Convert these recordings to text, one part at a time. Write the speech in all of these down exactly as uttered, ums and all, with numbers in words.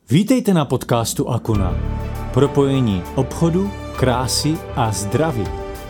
Vítejte na podcastu Akuna. Propojení obchodu, krásy a zdraví.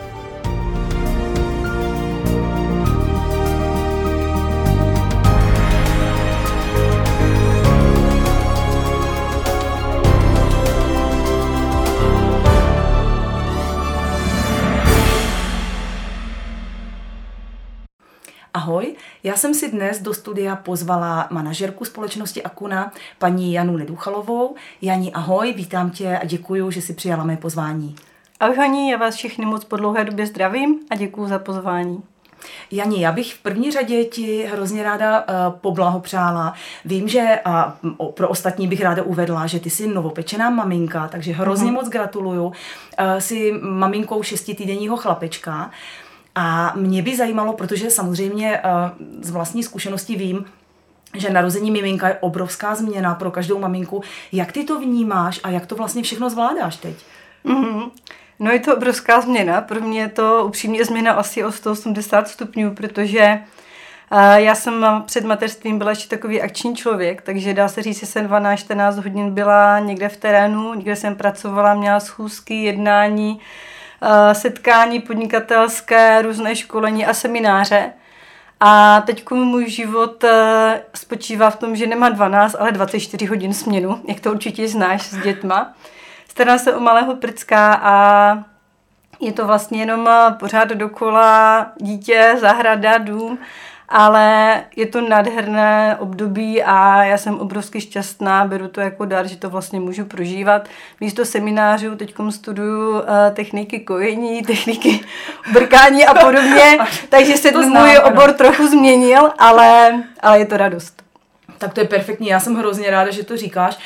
Ahoj, já jsem si dnes do studia pozvala manažerku společnosti Akuna, paní Janu Neduchalovou. Jani, ahoj, vítám tě a děkuji, že jsi přijala mé pozvání. Ahoj Hani, já vás všechny moc po dlouhé době zdravím a děkuji za pozvání. Jani, já bych v první řadě ti hrozně ráda uh, poblahopřála. Vím, že a uh, pro ostatní bych ráda uvedla, že ty jsi novopečená maminka, takže hrozně mm-hmm. moc gratuluju. Uh, jsi maminkou šestitýdenního chlapečka. A mě by zajímalo, protože samozřejmě z vlastní zkušenosti vím, že narození miminka je obrovská změna pro každou maminku. Jak ty to vnímáš a jak to vlastně všechno zvládáš teď? Mm-hmm. No je to obrovská změna. Pro mě je to upřímně změna asi o sto osmdesát stupňů, protože já jsem před mateřstvím byla ještě takový akční člověk, takže dá se říct, že jsem dvanáct čtrnáct hodin byla někde v terénu, někde jsem pracovala, měla schůzky, jednání, setkání podnikatelské, různé školení a semináře. A teď můj život spočívá v tom, že nemá dvanáct, ale dvacet čtyři hodin směnu, jak to určitě znáš s dětma. Starám se o malého prcka a je to vlastně jenom pořád dokola dítě, zahrada, dům, ale je to nádherné období a já jsem obrovsky šťastná, beru to jako dar, že to vlastně můžu prožívat. Místo seminářů teďkom studuju uh, techniky kojení, techniky brkání a podobně, takže se to můj obor trochu změnil, ale, ale je to radost. Tak to je perfektní, já jsem hrozně ráda, že to říkáš.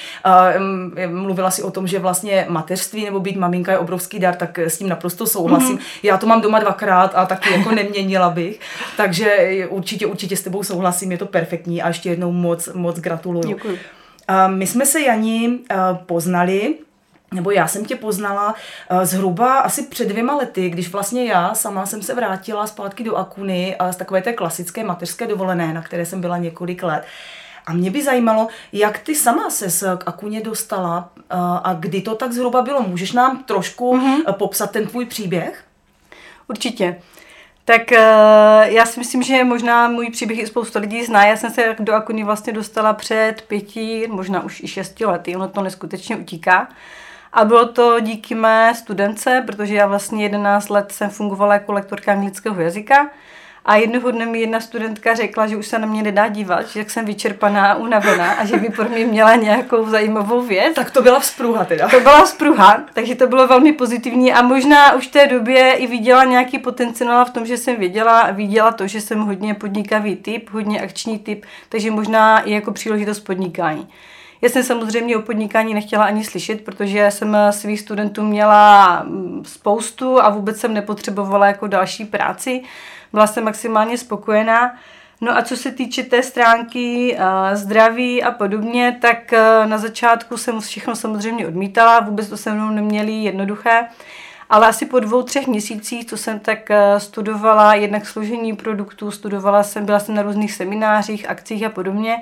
Uh, mluvila jsi o tom, že vlastně mateřství nebo být maminka je obrovský dar, tak s tím naprosto souhlasím. Mm-hmm. Já to mám doma dvakrát a taky jako neměnila bych, takže určitě, určitě s tebou souhlasím, je to perfektní a ještě jednou moc, moc gratuluju. Děkuji. Uh, my jsme se, Jani, uh, poznali, nebo já jsem tě poznala uh, zhruba asi před dvěma lety, když vlastně já sama jsem se vrátila zpátky do Akuny uh, z takové té klasické mateřské dovolené, na které jsem byla několik let. A mě by zajímalo, jak ty sama ses k Akuně dostala a kdy to tak zhruba bylo. Můžeš nám trošku mm-hmm. popsat ten tvůj příběh? Určitě. Tak já si myslím, že možná můj příběh i spousta lidí zná. Já jsem se do Akuny vlastně dostala před pěti, možná už i šesti lety. Ono to neskutečně utíká. A bylo to díky mé studence, protože já vlastně jedenáct let jsem fungovala jako lektorka anglického jazyka. A jednoho dne mi jedna studentka řekla, že už se na mě nedá dívat, že jak jsem vyčerpaná, unavená a že by pro mě měla nějakou zajímavou věc. Tak to byla vzpruha teda. To byla vzpruha, takže to bylo velmi pozitivní a možná už v té době i viděla nějaký potenciál v tom, že jsem věděla, viděla to, že jsem hodně podnikavý typ, hodně akční typ, takže možná i jako příležitost podnikání. Já jsem samozřejmě o podnikání nechtěla ani slyšet, protože jsem svých studentů měla spoustu a vůbec jsem nepotřebovala jako další práci. Byla jsem maximálně spokojená. No a co se týče té stránky uh, zdraví a podobně, tak uh, na začátku jsem všechno samozřejmě odmítala, vůbec to se mnou neměli jednoduché, ale asi po dvou, třech měsících, co jsem tak uh, studovala jednak složení produktů, studovala jsem, byla jsem na různých seminářích, akcích a podobně,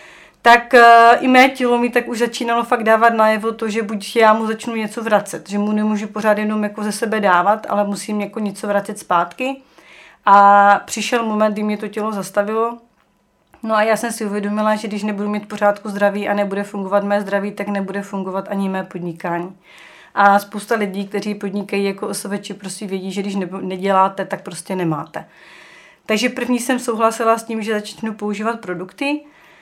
tak uh, i mé tělo mi tak už začínalo fakt dávat najevo to, že buď já mu začnu něco vracet, že mu nemůžu pořád jenom jako ze sebe dávat, ale musím jako něco vracet zpátky. A přišel moment, kdy mě to tělo zastavilo. No a já jsem si uvědomila, že když nebudu mít pořádku zdraví a nebude fungovat mé zdraví, tak nebude fungovat ani mé podnikání. A spousta lidí, kteří podnikají jako osoveči, prostě vědí, že když neděláte, tak prostě nemáte. Takže první jsem souhlasila s tím, že začnu používat produkty.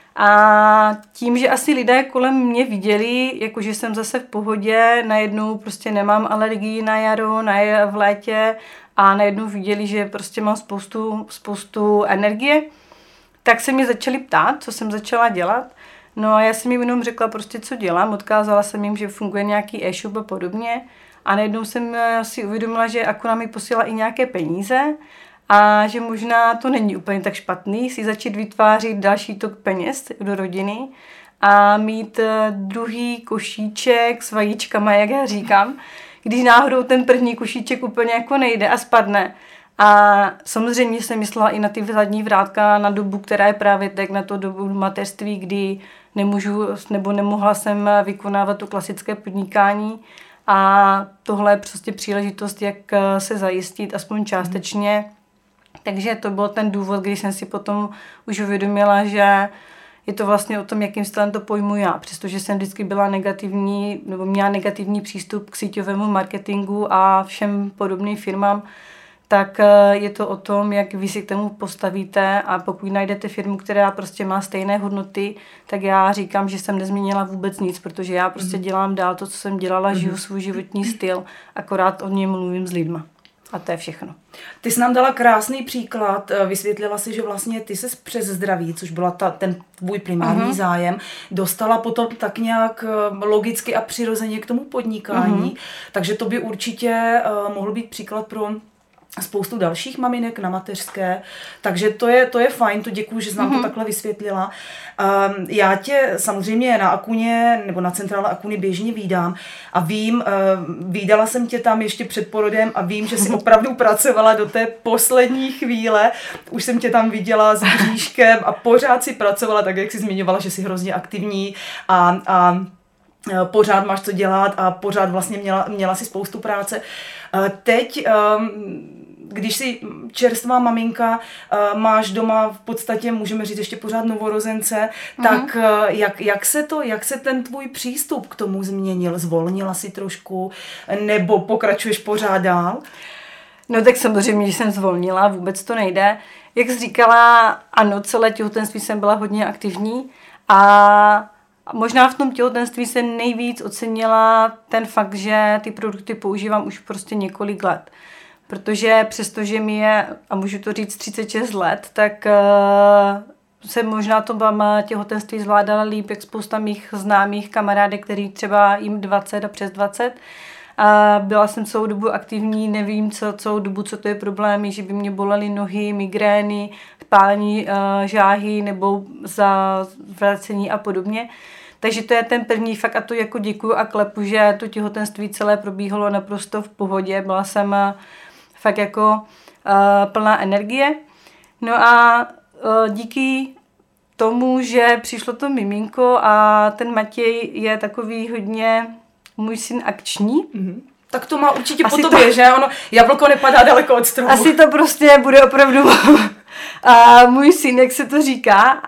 A tím, že asi lidé kolem mě viděli, jakože jsem zase v pohodě, najednou prostě nemám alergii na jaro, na j- v létě a najednou viděli, že prostě mám spoustu, spoustu energie, tak se mě začali ptát, co jsem začala dělat. No a já jsem jim jenom řekla prostě, co dělám, odkázala jsem jim, že funguje nějaký e-shop a podobně a najednou jsem si uvědomila, že Akuna mi posílá i nějaké peníze a že možná to není úplně tak špatný si začít vytvářet další tok peněz do rodiny a mít druhý košíček s vajíčkama, jak já říkám, když náhodou ten první košíček úplně jako nejde a spadne. A samozřejmě jsem myslela i na ty zadní vrátka, na dobu, která je právě tak, na to dobu mateřství, kdy nemůžu nebo nemohla jsem vykonávat to klasické podnikání a tohle je prostě příležitost, jak se zajistit aspoň částečně. Mm. Takže to byl ten důvod, když jsem si potom už uvědomila, že je to vlastně o tom, jakým stylem to pojmu já. Přestože jsem vždycky byla negativní, nebo měla negativní přístup k síťovému marketingu a všem podobným firmám, tak je to o tom, jak vy si k tomu postavíte a pokud najdete firmu, která prostě má stejné hodnoty, tak já říkám, že jsem nezměnila vůbec nic, protože já prostě dělám dál to, co jsem dělala, žiju svůj životní styl, akorát o něm mluvím s lidma. A to je všechno. Ty jsi nám dala krásný příklad, vysvětlila si, že vlastně ty ses přes zdraví, což byla ta, ten tvůj primární uh-huh. zájem, dostala potom tak nějak logicky a přirozeně k tomu podnikání, uh-huh. takže to by určitě uh, mohl být příklad pro spoustu dalších maminek na mateřské, takže to je, to je fajn, to děkuju, že jsi nám mm-hmm. to takhle vysvětlila. Um, já tě samozřejmě na Akuně nebo na centrále Akuny běžně vídám a vím, uh, vídala jsem tě tam ještě před porodem a vím, že jsi opravdu pracovala do té poslední chvíle, už jsem tě tam viděla s bříškem a pořád si pracovala, tak jak jsi zmiňovala, že jsi hrozně aktivní a, a pořád máš co dělat a pořád vlastně měla, měla si spoustu práce. Teď, když jsi čerstvá maminka, máš doma v podstatě, můžeme říct ještě pořád novorozence, mm-hmm. tak jak, jak se to, jak se ten tvůj přístup k tomu změnil? Zvolnila si trošku nebo pokračuješ pořád dál? No tak samozřejmě, že jsem zvolnila, vůbec to nejde. Jak jsi říkala, ano, celé těhotenství jsem byla hodně aktivní a možná v tom těhotenství jsem nejvíc ocenila ten fakt, že ty produkty používám už prostě několik let. Protože přestože mi je, a můžu to říct, třicet šest let, tak uh, jsem možná to těhotenství zvládala líp, jak spousta mých známých kamarádek, který třeba jim dvacet a přes dvacet. A byla jsem celou dobu aktivní, nevím co, celou dobu, co to je problémy, že by mě bolely nohy, migrény, pálení uh, žáhy nebo zavracení a podobně. Takže to je ten první fakt a to jako děkuju a klepu, že to těhotenství celé probíhalo naprosto v pohodě. Byla jsem uh, fakt jako uh, plná energie. No a uh, díky tomu, že přišlo to miminko a ten Matěj je takový hodně můj syn akční. Mm-hmm. Tak to má určitě asi po tobě, to, že? Ono, jablko nepadá daleko od stromu. Asi to prostě bude opravdu a můj syn, jak se to říká.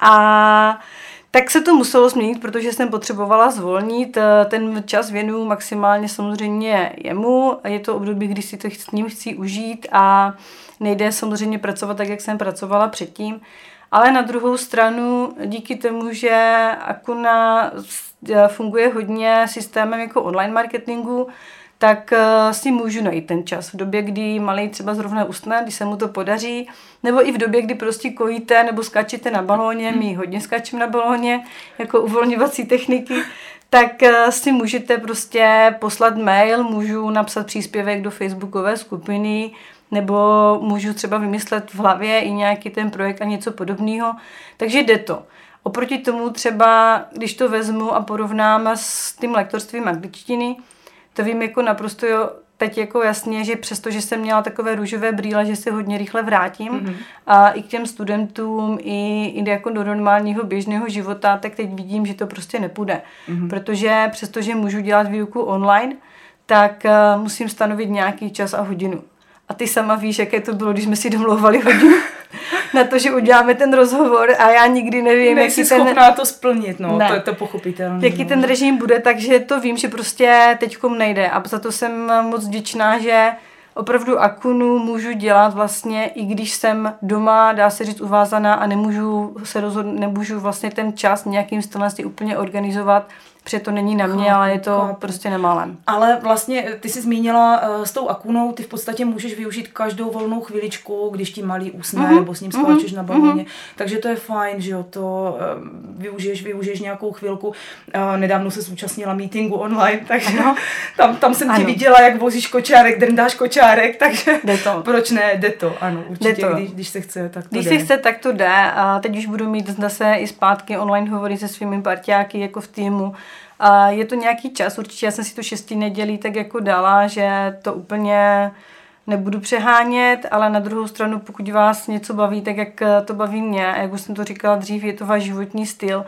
A tak se to muselo změnit, protože jsem potřebovala zvolnit. Ten čas věnuju maximálně samozřejmě jemu. Je to období, kdy si to s ním chci užít a nejde samozřejmě pracovat tak, jak jsem pracovala předtím. Ale na druhou stranu, díky tomu, že Akuna funguje hodně systémem jako online marketingu, tak si můžu najít ten čas v době, kdy malej třeba zrovna usne, když se mu to podaří, nebo i v době, kdy prostě kojíte nebo skáčete na balóně, my hodně skáčeme na balóně, jako uvolňovací techniky, tak si můžete prostě poslat mail, můžu napsat příspěvek do facebookové skupiny, nebo můžu třeba vymyslet v hlavě i nějaký ten projekt a něco podobného. Takže jde to. Oproti tomu třeba, když to vezmu a porovnám s tím lektorstvím angličtiny, to vím jako naprosto jo, teď jako jasně, že přesto, že jsem měla takové růžové brýle, že se hodně rychle vrátím mm-hmm. a i k těm studentům, i, i jako do normálního běžného života, tak teď vidím, že to prostě nepůjde. Mm-hmm. Protože přesto, že můžu dělat výuku online, tak uh, musím stanovit nějaký čas a hodinu. A ty sama víš, jaké to bylo, když jsme si domlouvali hodinu na to, že uděláme ten rozhovor a já nikdy nevím, Nejsi jaký ten... schopná to splnit, no, ne. to je to pochopitelné. Jaký ten režim bude, takže to vím, že prostě teďkom nejde a za to jsem moc vděčná, že opravdu Akunu můžu dělat vlastně, i když jsem doma, dá se říct, uvázaná a nemůžu se rozhodnout, nemůžu vlastně ten čas nějakým stylem si úplně organizovat, protože to není na mě, chápu, ale je to chápu. Prostě na malém. Ale vlastně ty jsi zmínila uh, s tou Akunou, ty v podstatě můžeš využít každou volnou chviličku, když ti malý usne, mm-hmm. nebo s ním skáčeš mm-hmm. na balóně. Mm-hmm. Takže to je fajn, že jo, to uh, využiješ, využiješ nějakou chvilku. Uh, nedávno se zúčastnila meetingu online, takže no. tam, tam jsem ano. ti viděla, jak vozíš kočárek, drndáš kočárek, takže jde to. Proč ne, jde to, ano, určitě, to. Když, když se chce, tak to když jde. Když se chce, tak to jde a teď už budu mít zase i zpátky online hovory se svými parťáky jako v týmu. A je to nějaký čas, určitě já jsem si to šestý nedělí tak jako dala, že to úplně nebudu přehánět, ale na druhou stranu, pokud vás něco baví, tak jak to baví mě, jak už jsem to říkala dřív, je to váš životní styl,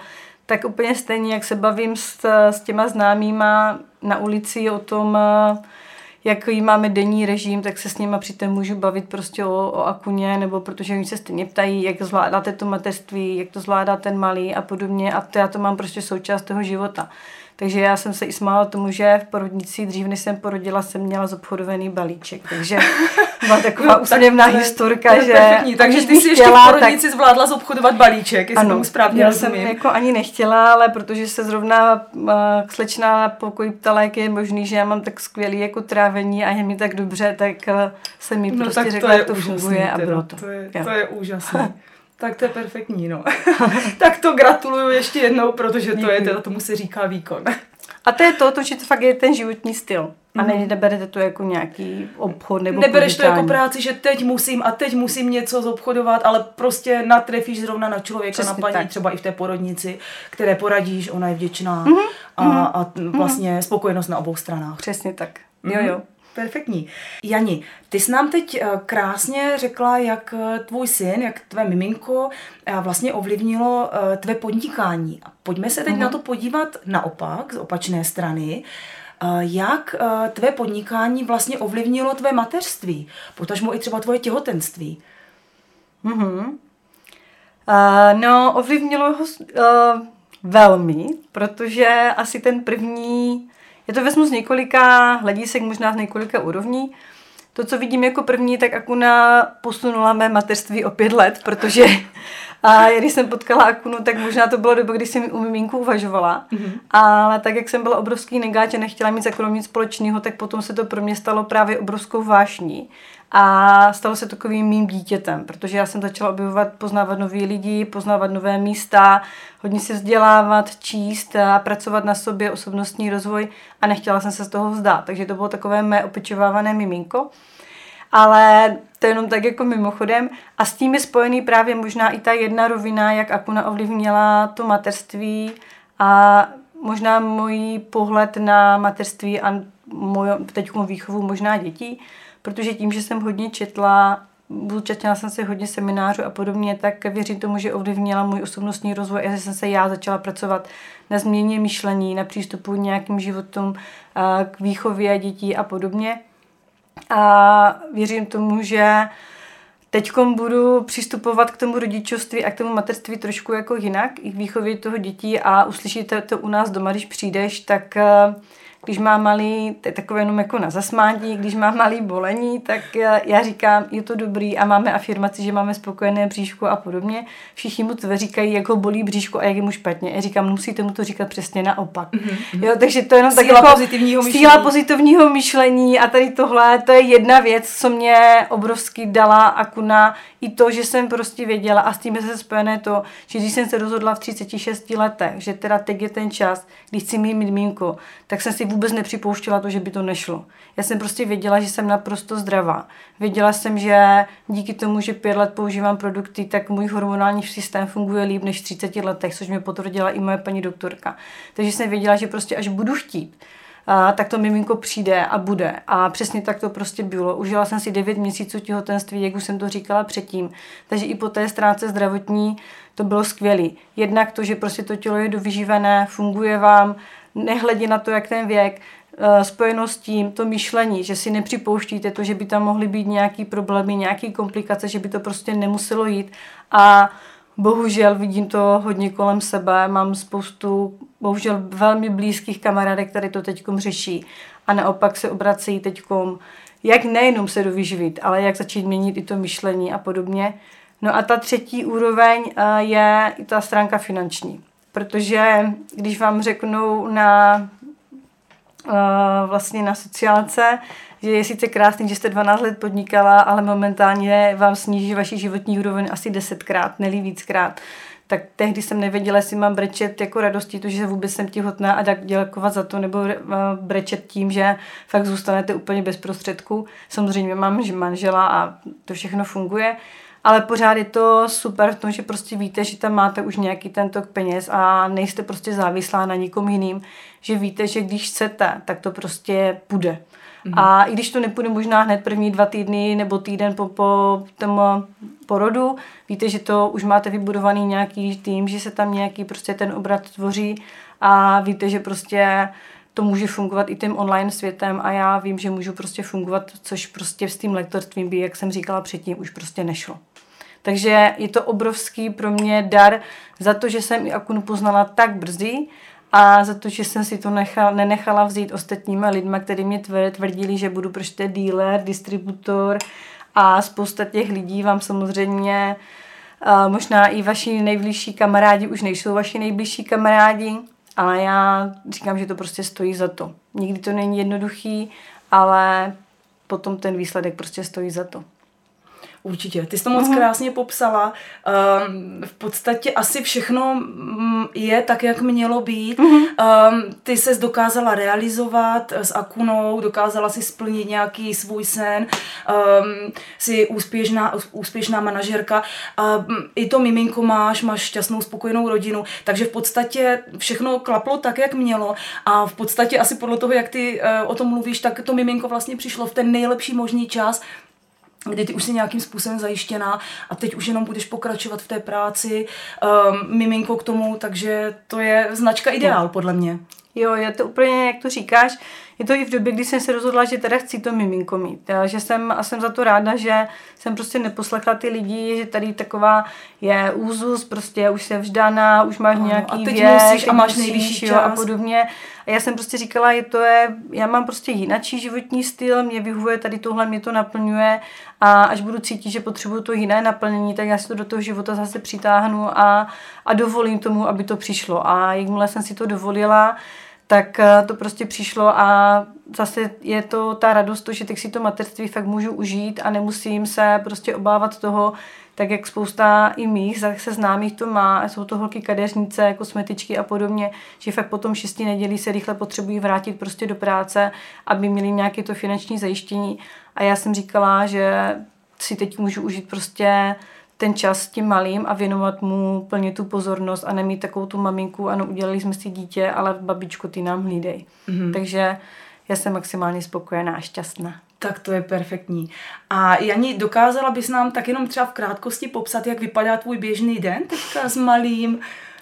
tak úplně stejně, jak se bavím s, s těma známýma na ulici o tom, jaký máme denní režim, tak se s nima přitom můžu bavit prostě o, o Akuně, nebo protože oni se stejně ptají, jak zvládáte to mateřství, jak to zvládá ten malý a podobně a to já to mám prostě součást toho života. Takže já jsem se i smála tomu, že v porodnici, dřív než jsem porodila, jsem měla zobchodovaný balíček. Takže byla taková no, úsměvná tak historka, to že... Takže ty jsi chtěla, ještě v porodnici tak... zvládla zobchodovat balíček, jestli tomu správně já rozumím. Já jsem jako ani nechtěla, ale protože se zrovna uh, slečna na pokoji ptala, jak je možný, že já mám tak skvělý jako trávení a je mi tak dobře, tak uh, jsem mi no, prostě řekla, jak to funguje a bylo to. To je, to je úžasné. Tak to je perfektní, no. Tak to gratuluju ještě jednou, protože to je, teda tomu se říká výkon. A to je to, to, že to fakt je ten životní styl. A ne, neberete to jako nějaký obchod nebo nebereš podnikání. to jako práci, že teď musím a teď musím něco zobchodovat, ale prostě natrefíš zrovna na člověka, přesně na paní, tak. Třeba i v té porodnici, které poradíš, ona je vděčná mm-hmm. a, a vlastně mm-hmm. spokojenost na obou stranách. Přesně tak. Mm-hmm. Jo, jo. Perfektní. Jani, ty jsi nám teď krásně řekla, jak tvůj syn, jak tvé miminko vlastně ovlivnilo tvé podnikání. Pojďme se teď mm-hmm. na to podívat naopak, z opačné strany. Jak tvé podnikání vlastně ovlivnilo tvé mateřství? Potažmo i třeba tvoje těhotenství. Mm-hmm. Uh, no, ovlivnilo ho uh, velmi, protože asi ten první... Já to vezmu z několika hledisek, možná z několika úrovní. To, co vidím jako první, tak Akuna posunula mé mateřství o pět let, protože a když jsem potkala Akunu, tak možná to bylo doba, kdy jsem u miminku uvažovala. Mm-hmm. Ale tak, jak jsem byla obrovský negáč a nechtěla mít s Akunou nic společného, tak potom se to pro mě stalo právě obrovskou vášní. A stalo se takovým mým dítětem, protože já jsem začala objevovat, poznávat nový lidi, poznávat nové místa, hodně se vzdělávat, číst a pracovat na sobě, osobnostní rozvoj a nechtěla jsem se z toho vzdát. Takže to bylo takové mé opečovávané miminko. Ale to je jenom tak jako mimochodem. A s tím je spojený právě možná i ta jedna rovina, jak Akuna ovlivnila to mateřství a možná můj pohled na mateřství a moju teďku výchovu možná dětí. Protože tím, že jsem hodně četla, zúčastnila jsem se hodně seminářů a podobně, tak věřím tomu, že ovlivnila můj osobnostní rozvoj a že jsem se já začala pracovat na změně myšlení, na přístupu nějakým životům, k výchově dětí a podobně. A věřím tomu, že teďkom budu přistupovat k tomu rodičovství a k tomu mateřství trošku jako jinak, i k výchově toho dětí a uslyšíte to u nás doma, když přijdeš, tak... Když má malý, to je takové jenom jako na zasmátí, když má malý bolení, tak já říkám, je to dobrý a máme afirmaci, že máme spokojené bříško a podobně. Všichni mu to říkají, jak ho bolí bříško a jak je mu špatně. Já říkám, musíte mu to říkat přesně naopak. Mm-hmm. Jo, takže to je jenom tak síla jako pozitivního myšlení. síla pozitivního myšlení a tady tohle, to je jedna věc, co mě obrovsky dala Akuna, i to, že jsem prostě věděla a s tím je se spojené to, že když jsem se rozhodla v třiceti šesti letech, že teda teď je ten čas, když chci mít mimínko, tak jsem si vůbec nepřipouštěla to, že by to nešlo. Já jsem prostě věděla, že jsem naprosto zdravá. Věděla jsem, že díky tomu, že pět let používám produkty, tak můj hormonální systém funguje líp než v třiceti letech, což mi potvrdila i moje paní doktorka. Takže jsem věděla, že prostě až budu chtít, a tak to miminko přijde a bude. A přesně tak to prostě bylo. Užila jsem si devět měsíců těhotenství, jak už jsem to říkala předtím. Takže i po té stránce zdravotní to bylo skvělý. Jednak to, že prostě to tělo je dovyživené, funguje vám, nehledě na to, jak ten věk, spojeno s tím, to myšlení, že si nepřipouštíte to, že by tam mohly být nějaký problémy, nějaké komplikace, že by to prostě nemuselo jít. A bohužel vidím to hodně kolem sebe, mám spoustu, bohužel velmi blízkých kamarádek, které to teďkom řeší a naopak se obracejí teďkom, jak nejenom se dovyživit, ale jak začít měnit i to myšlení a podobně. No a ta třetí úroveň je i ta stránka finanční, protože když vám řeknou na vlastně na sociálce, že je sice krásný, že jste dvanáct let podnikala, ale momentálně vám sníží vaši životní úroveň asi desetkrát, ne-li víckrát. Tak tehdy jsem nevěděla, jestli mám brečet jako radostí, to, že vůbec jsem těhotná a tak děkovat za to, nebo brečet tím, že fakt zůstanete úplně bez prostředků. Samozřejmě mám manžela a to všechno funguje, ale pořád je to super v tom, že prostě víte, že tam máte už nějaký ten tok peněz a nejste prostě závislá na nikom jiným, že víte, že když chcete, tak to prostě půjde. Mm-hmm. A i když to nepůjde možná hned první dva týdny nebo týden po, po tom porodu, víte, že to už máte vybudovaný nějaký tým, že se tam nějaký prostě ten obrat tvoří a víte, že prostě to může fungovat i tím online světem a já vím, že můžu prostě fungovat, což prostě s tím lektorstvím by, jak jsem říkala předtím, už prostě nešlo. Takže je to obrovský pro mě dar za to, že jsem i Akunu poznala tak brzy a za to, že jsem si to nechala, nenechala vzít ostatníma lidma, kteří mě tvrdili, že budu prostě dealer, distributor a spousta těch lidí vám samozřejmě, možná i vaši nejbližší kamarádi už nejsou vaši nejbližší kamarádi, ale já říkám, že to prostě stojí za to. Nikdy to není jednoduchý, ale potom ten výsledek prostě stojí za to. Určitě. Ty jsi to moc uh-huh. krásně popsala. Um, v podstatě asi všechno je tak, jak mělo být. Uh-huh. Um, ty ses dokázala realizovat s Akunou, dokázala si splnit nějaký svůj sen, um, jsi úspěšná, úspěšná manažerka. Um, I to miminko máš, máš šťastnou, spokojenou rodinu, takže v podstatě všechno klaplo tak, jak mělo a v podstatě asi podle toho, jak ty uh, o tom mluvíš, tak to miminko vlastně přišlo v ten nejlepší možný čas, kdy ty už jsi nějakým způsobem zajištěná a teď už jenom budeš pokračovat v té práci, um, miminko k tomu, takže to je značka ideál, podle mě. Jo, je to úplně, jak to říkáš, je to i v době, kdy jsem se rozhodla, že teda chci to miminko mít. Že jsem, a jsem za to ráda, že jsem prostě neposlechla ty lidi, že tady taková je úzus, prostě už se vždaná, už máš nějaký věk, věk, musíš a máš nejvyšší čas. A podobně. A já jsem prostě říkala, je to je, já mám prostě jinačí životní styl, mě vyhovuje tady tohle, mě to naplňuje a až budu cítit, že potřebuju to jiné naplnění, tak já si to do toho života zase přitáhnu a, a dovolím tomu, aby to přišlo. A jakmile jsem si to dovolila, tak to prostě přišlo a zase je to ta radost, to, že teď si to mateřství fakt můžu užít a nemusím se prostě obávat toho, tak jak spousta i mých se známých to má, jsou to holky kadeřnice, kosmetičky a podobně, že fakt potom šesti nedělí se rychle potřebují vrátit prostě do práce, aby měli nějaké to finanční zajištění. A já jsem říkala, že si teď můžu užít prostě ten čas s tím malým a věnovat mu plně tu pozornost a nemít takovou tu maminku, ano, udělali jsme si dítě, ale babičko, ty nám hlídej. Mm-hmm. Takže já jsem maximálně spokojená a šťastná. Tak to je perfektní. A Jani, dokázala bys nám tak jenom třeba v krátkosti popsat, jak vypadá tvůj běžný den teďka s malým?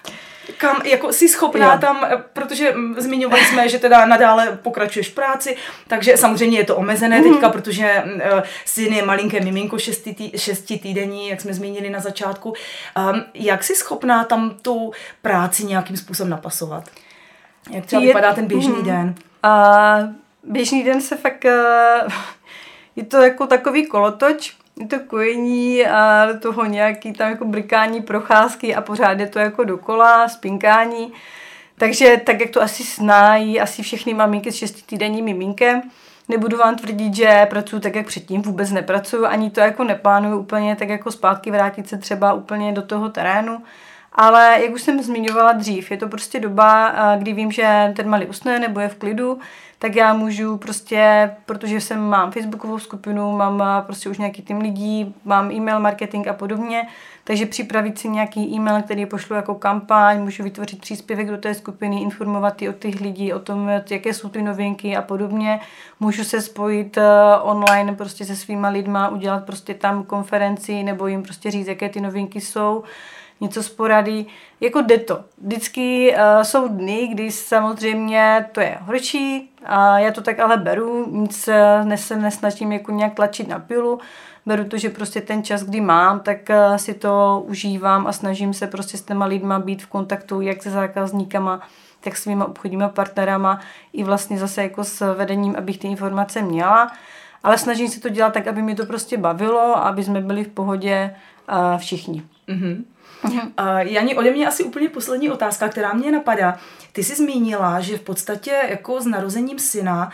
Kam, jako jsi schopná jo. tam, protože zmiňovali jsme, že teda nadále pokračuješ v práci, takže samozřejmě je to omezené mm. teďka, protože uh, syn je malinké miminko šesti, tý, šesti týdení, jak jsme zmínili na začátku. Um, jak jsi schopná tam tu práci nějakým způsobem napasovat? Jak třeba je, vypadá ten běžný mm. den? Uh, běžný den se fakt, uh, je to jako takový kolotoč, je to kojení a do toho nějaký tam jako brikání, procházky a pořád je to jako dokola, spinkání. Takže tak, jak to asi znají, asi všechny maminky s šestitýdenním miminkem, nebudu vám tvrdit, že pracuji tak, jak předtím, vůbec nepracuju, ani to jako neplánuju úplně tak jako zpátky vrátit se třeba úplně do toho terénu. Ale jak už jsem zmiňovala dřív, je to prostě doba, kdy vím, že ten malý usne nebo je v klidu, tak já můžu prostě, protože jsem mám facebookovou skupinu, mám prostě už nějaký tým lidí, mám e-mail marketing a podobně, takže připravit si nějaký e-mail, který pošlu jako kampaň, můžu vytvořit příspěvek do té skupiny, informovat i o těch lidí, o tom, jaké jsou ty novinky a podobně. Můžu se spojit online prostě se svýma lidma, udělat prostě tam konferenci nebo jim prostě říct, jaké ty novinky jsou. Něco z porady, jako jde to. Vždycky uh, jsou dny, kdy samozřejmě to je horší a já to tak ale beru, nic uh, se nesnažím jako nějak tlačit na pilu, beru to, že prostě ten čas, kdy mám, tak uh, si to užívám a snažím se prostě s těma lidma být v kontaktu jak se zákazníkama, tak s svýma obchodníma partnerama i vlastně zase jako s vedením, abych ty informace měla, ale snažím se to dělat tak, aby mi to prostě bavilo a aby jsme byli v pohodě uh, všichni. Mm-hmm. Uh, Jani, ode mě asi úplně poslední otázka, která mě napadá. Ty jsi zmínila, že v podstatě jako s narozením syna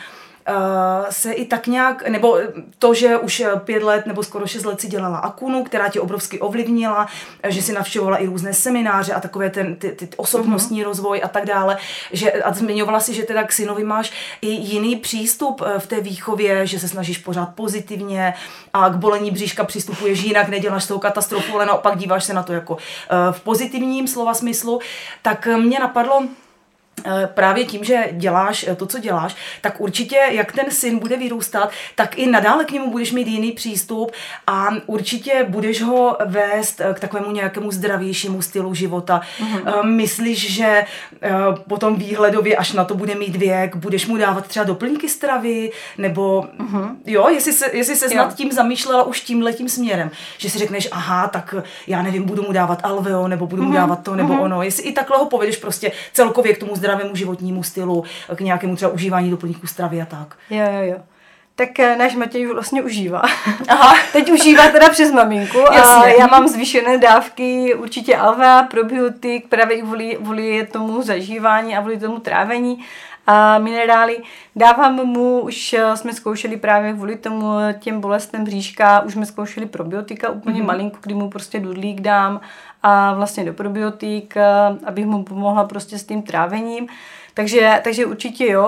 Uh, se i tak nějak, nebo to, že už pět let nebo skoro šest let si dělala Akunu, která tě obrovsky ovlivnila, že si navštěvovala i různé semináře a takové ten ty, ty osobnostní uh-huh. rozvoj a tak dále, že, a zmiňovala si, že teda k synovi máš i jiný přístup v té výchově, že se snažíš pořád pozitivně a k bolení bříška přistupuješ jinak, neděláš s tou katastrofu, ale naopak díváš se na to jako uh, v pozitivním slova smyslu, tak mě napadlo, právě tím, že děláš to, co děláš, tak určitě, jak ten syn bude vyrůstat, tak i nadále k němu budeš mít jiný přístup a určitě budeš ho vést k takovému nějakému zdravějšímu stylu života. Mm-hmm. Myslíš, že potom výhledově, až na to bude mít věk, budeš mu dávat třeba doplňky stravy, nebo mm-hmm. jo, jestli se, jestli se snad tím zamýšlela už tímhletím směrem, že si řekneš, aha, tak já nevím, budu mu dávat Alveo, nebo budu mu mm-hmm. dávat to, nebo mm-hmm. ono, jestli i takhle ho povedeš prostě celkově k tomu zdravému životnímu stylu, k nějakému třeba užívání doplňků stravy a tak. Jo, jo, jo. Tak náš Matěj vlastně užívá. Aha. Teď užívá teda přes maminku. A já mám zvýšené dávky, určitě Alvea, probiotik, právě i kvůli, kvůli tomu zažívání a kvůli tomu trávení a minerály. Dávám mu, už jsme zkoušeli právě kvůli tomu těm bolestem bříška, už jsme zkoušeli probiotika úplně mm-hmm. malinko, kdy mu prostě dudlík dám a vlastně do probiotik, abych mu pomohla prostě s tím trávením. Takže, takže určitě jo.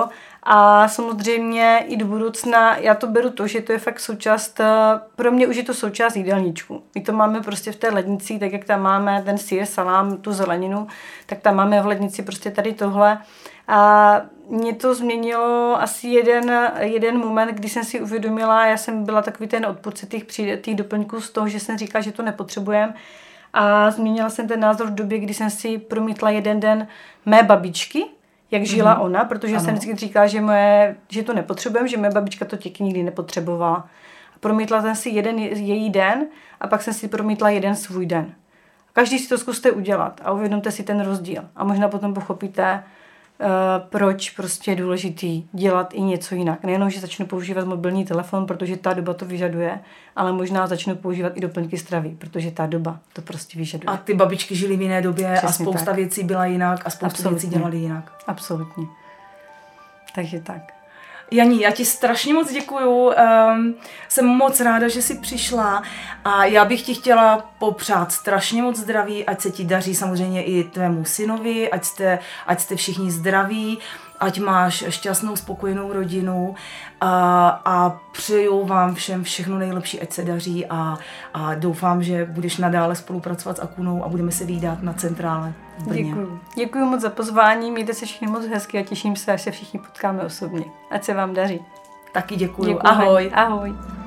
A samozřejmě i do budoucna, já to beru to, že to je fakt součást, pro mě už je to součást jídelníčku. My to máme prostě v té lednici, tak jak tam máme ten sýr, salám, tu zeleninu, tak tam máme v lednici prostě tady tohle. A mě to změnilo asi jeden, jeden moment, kdy jsem si uvědomila, já jsem byla takový ten odpůrce těch, těch doplňků z toho, že jsem říkala, že to nepotřebujeme. A změnila jsem ten názor v době, kdy jsem si promítla jeden den mé babičky, jak žila mm-hmm. ona, protože ano. jsem vždycky říkala, že, moje, že to nepotřebujeme, že moje babička to těky nikdy nepotřebovala. A promítla jsem si jeden její den a pak jsem si promítla jeden svůj den. Každý si to zkuste udělat a uvědomte si ten rozdíl. A možná potom pochopíte, uh, proč prostě je důležitý dělat i něco jinak. Nejenom, že začnu používat mobilní telefon, protože ta doba to vyžaduje, ale možná začnu používat i doplňky stravy, protože ta doba to prostě vyžaduje. A ty babičky žily v jiné době. Přesně a spousta tak. věcí byla jinak a spousta Absolutně. věcí dělali jinak. Absolutně. Takže tak. Janí, já ti strašně moc děkuju, um, jsem moc ráda, že jsi přišla a já bych ti chtěla popřát strašně moc zdraví, ať se ti daří samozřejmě i tvému synovi, ať jste, ať jste všichni zdraví, ať máš šťastnou, spokojenou rodinu a, a přeju vám všem všechno nejlepší, ať se daří a, a doufám, že budeš nadále spolupracovat s Akunou a budeme se vídat na centrále v Brně. Děkuju. Děkuju moc za pozvání, mějte se všichni moc hezky a těším se, až se všichni potkáme osobně. Ať se vám daří. Taky děkuju. Děkuju. Ahoj. Ahoj.